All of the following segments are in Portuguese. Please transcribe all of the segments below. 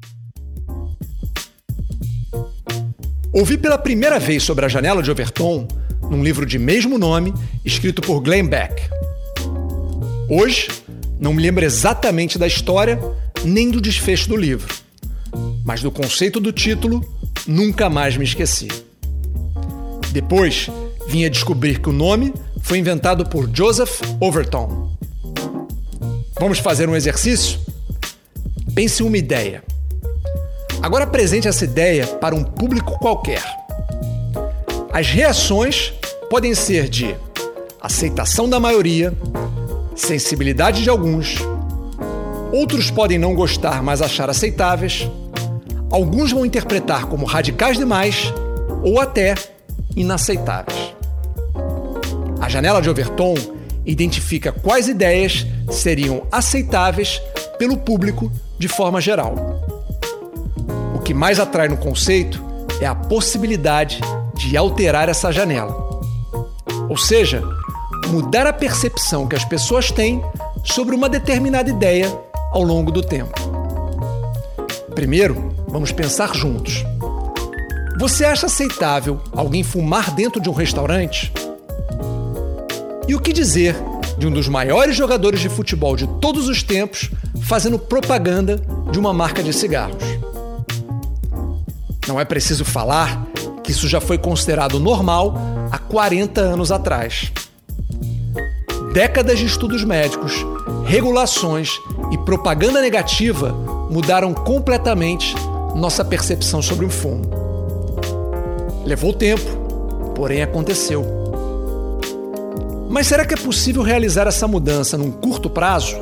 Ouvi pela primeira vez sobre a janela de Overton num livro de mesmo nome, escrito por Glenn Beck. Hoje, não me lembro exatamente da história nem do desfecho do livro, mas do conceito do título nunca mais me esqueci. Depois, vim a descobrir que o nome foi inventado por Joseph Overton. Vamos fazer um exercício? Pense em uma ideia. Agora apresente essa ideia para um público qualquer. As reações podem ser de aceitação da maioria, sensibilidade de alguns, outros podem não gostar, mas achar aceitáveis, alguns vão interpretar como radicais demais ou até inaceitáveis. A janela de Overton identifica quais ideias seriam aceitáveis pelo público de forma geral. O que mais atrai no conceito é a possibilidade de alterar essa janela. Ou seja, mudar a percepção que as pessoas têm sobre uma determinada ideia ao longo do tempo. Primeiro, vamos pensar juntos. Você acha aceitável alguém fumar dentro de um restaurante? E o que dizer de um dos maiores jogadores de futebol de todos os tempos fazendo propaganda de uma marca de cigarros? Não é preciso falar que isso já foi considerado normal há 40 anos atrás. Décadas de estudos médicos, regulações e propaganda negativa mudaram completamente nossa percepção sobre o fumo. Levou tempo, porém aconteceu. Mas será que é possível realizar essa mudança num curto prazo?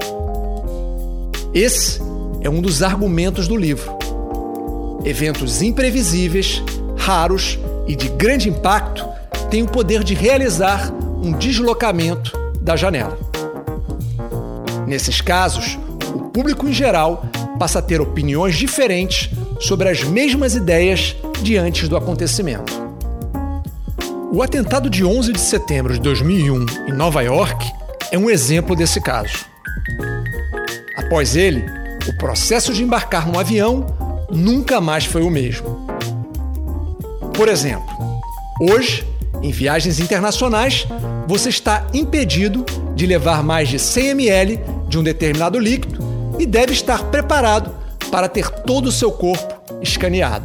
Esse é um dos argumentos do livro. Eventos imprevisíveis, raros e de grande impacto têm o poder de realizar um deslocamento da janela. Nesses casos, o público em geral passa a ter opiniões diferentes sobre as mesmas ideias de antes do acontecimento. O atentado de 11 de setembro de 2001 em Nova York é um exemplo desse caso. Após ele, o processo de embarcar num avião nunca mais foi o mesmo. Por exemplo, hoje, em viagens internacionais, você está impedido de levar mais de 100 ml de um determinado líquido e deve estar preparado para ter todo o seu corpo escaneado.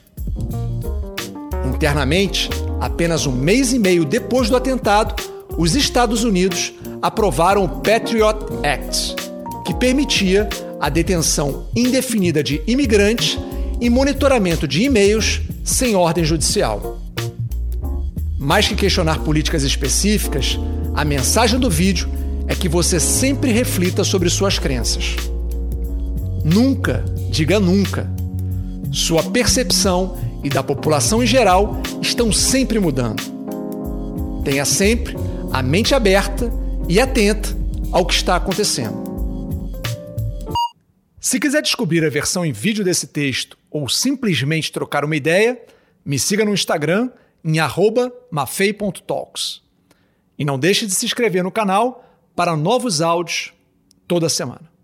Internamente, apenas um mês e meio depois do atentado, os Estados Unidos aprovaram o Patriot Act, que permitia a detenção indefinida de imigrantes e monitoramento de e-mails sem ordem judicial. Mais que questionar políticas específicas, a mensagem do vídeo é que você sempre reflita sobre suas crenças. Nunca, diga nunca. Sua percepção e da população em geral estão sempre mudando. Tenha sempre a mente aberta e atenta ao que está acontecendo. Se quiser descobrir a versão em vídeo desse texto ou simplesmente trocar uma ideia, me siga no Instagram em @mafei.talks. E não deixe de se inscrever no canal para novos áudios toda semana.